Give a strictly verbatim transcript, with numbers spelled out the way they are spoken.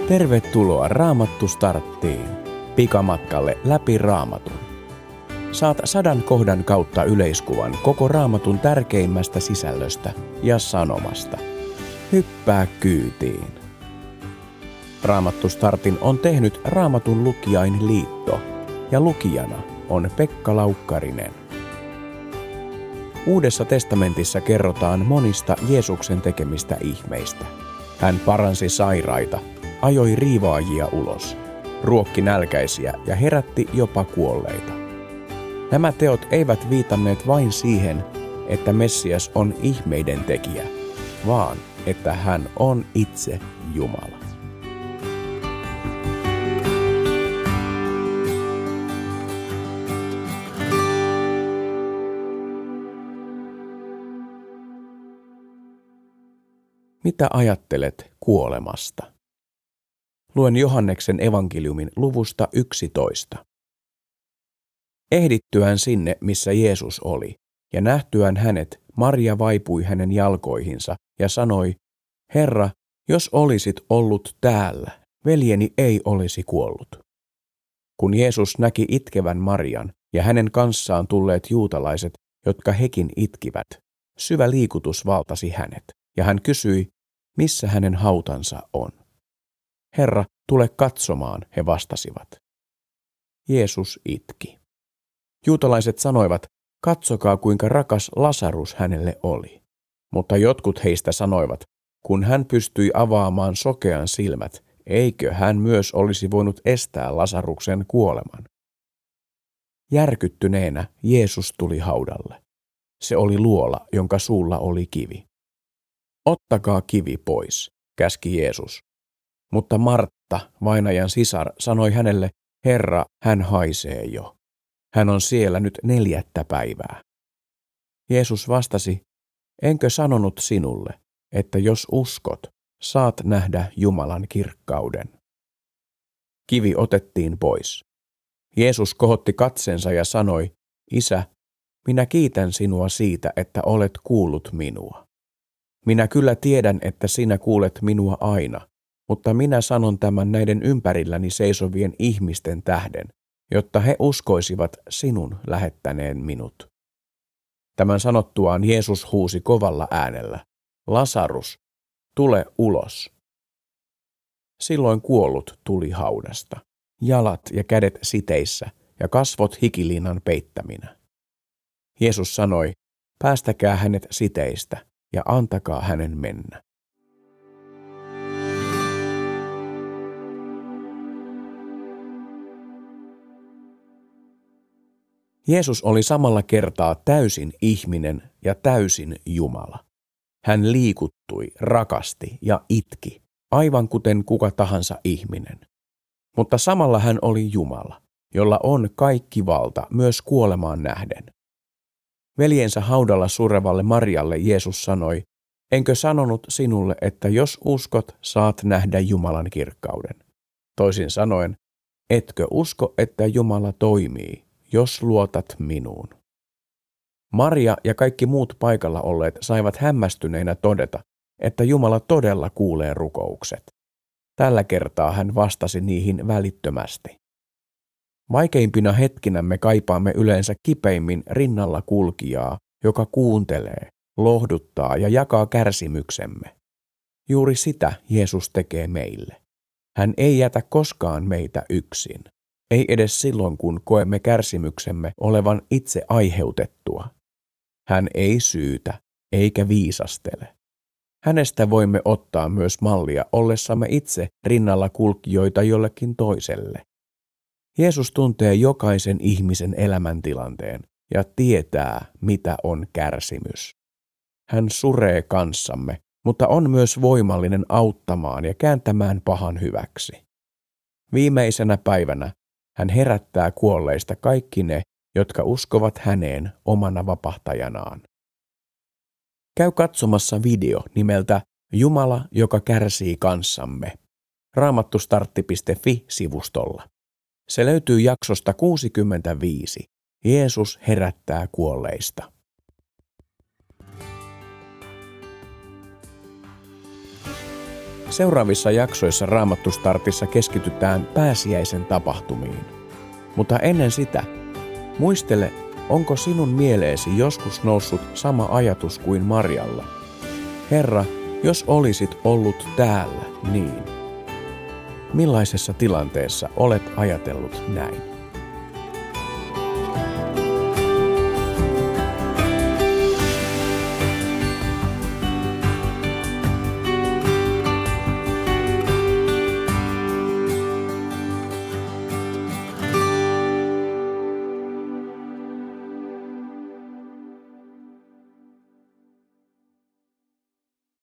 Tervetuloa Raamattu Starttiin, pikamatkalle läpi Raamatun. Saat sadan kohdan kautta yleiskuvan koko Raamatun tärkeimmästä sisällöstä ja sanomasta. Hyppää kyytiin. Raamattu Startin on tehnyt Raamatun lukijain liitto ja lukijana on Pekka Laukkarinen. Uudessa testamentissa kerrotaan monista Jeesuksen tekemistä ihmeistä. Hän paransi sairaita, ajoi riivaajia ulos, ruokki nälkäisiä ja herätti jopa kuolleita. Nämä teot eivät viitanneet vain siihen, että Messias on ihmeiden tekijä, vaan että hän on itse Jumala. Mitä ajattelet kuolemasta? Luen Johanneksen evankeliumin luvusta yksitoista. Ehdittyään sinne, missä Jeesus oli, ja nähtyään hänet, Maria vaipui hänen jalkoihinsa ja sanoi, Herra, jos olisit ollut täällä, veljeni ei olisi kuollut. Kun Jeesus näki itkevän Marian ja hänen kanssaan tulleet juutalaiset, jotka hekin itkivät, syvä liikutus valtasi hänet, ja hän kysyi, missä hänen hautansa on. Herra, tule katsomaan, he vastasivat. Jeesus itki. Juutalaiset sanoivat, katsokaa kuinka rakas Lasarus hänelle oli. Mutta jotkut heistä sanoivat, kun hän pystyi avaamaan sokean silmät, eikö hän myös olisi voinut estää Lasaruksen kuoleman? Järkyttyneenä Jeesus tuli haudalle. Se oli luola, jonka suulla oli kivi. Ottakaa kivi pois, käski Jeesus. Mutta Martta, vainajan sisar, sanoi hänelle, Herra, hän haisee jo. Hän on siellä nyt neljättä päivää. Jeesus vastasi, enkö sanonut sinulle, että jos uskot, saat nähdä Jumalan kirkkauden. Kivi otettiin pois. Jeesus kohotti katsensa ja sanoi, Isä, minä kiitän sinua siitä, että olet kuullut minua. Minä kyllä tiedän, että sinä kuulet minua aina, mutta minä sanon tämän näiden ympärilläni seisovien ihmisten tähden, jotta he uskoisivat sinun lähettäneen minut. Tämän sanottuaan Jeesus huusi kovalla äänellä, Lasarus, tule ulos. Silloin kuollut tuli haudasta, jalat ja kädet siteissä ja kasvot hikiliinan peittäminä. Jeesus sanoi, päästäkää hänet siteistä ja antakaa hänen mennä. Jeesus oli samalla kertaa täysin ihminen ja täysin Jumala. Hän liikuttui, rakasti ja itki, aivan kuten kuka tahansa ihminen. Mutta samalla hän oli Jumala, jolla on kaikki valta myös kuolemaan nähden. Veljensä haudalla surevalle Marialle Jeesus sanoi, enkö sanonut sinulle, että jos uskot, saat nähdä Jumalan kirkkauden. Toisin sanoen, etkö usko, että Jumala toimii, jos luotat minuun. Maria ja kaikki muut paikalla olleet saivat hämmästyneinä todeta, että Jumala todella kuulee rukoukset. Tällä kertaa hän vastasi niihin välittömästi. Vaikeimpina hetkinä me kaipaamme yleensä kipeimmin rinnalla kulkijaa, joka kuuntelee, lohduttaa ja jakaa kärsimyksemme. Juuri sitä Jeesus tekee meille. Hän ei jätä koskaan meitä yksin. Ei edes silloin, kun koemme kärsimyksemme olevan itse aiheutettua. Hän ei syytä, eikä viisastele. Hänestä voimme ottaa myös mallia ollessamme itse rinnalla kulkijoita jollekin toiselle. Jeesus tuntee jokaisen ihmisen elämäntilanteen ja tietää, mitä on kärsimys. Hän suree kanssamme, mutta on myös voimallinen auttamaan ja kääntämään pahan hyväksi. Viimeisenä päivänä hän herättää kuolleista kaikki ne, jotka uskovat häneen omana vapahtajanaan. Käy katsomassa video nimeltä Jumala, joka kärsii kanssamme. raamattustartti piste fi-sivustolla. Se löytyy jaksosta kuusikymmentäviisi. Jeesus herättää kuolleista. Seuraavissa jaksoissa Raamattu Startissa keskitytään pääsiäisen tapahtumiin. Mutta ennen sitä, muistele, onko sinun mieleesi joskus noussut sama ajatus kuin Marjalla? Herra, jos olisit ollut täällä, niin. Millaisessa tilanteessa olet ajatellut näin?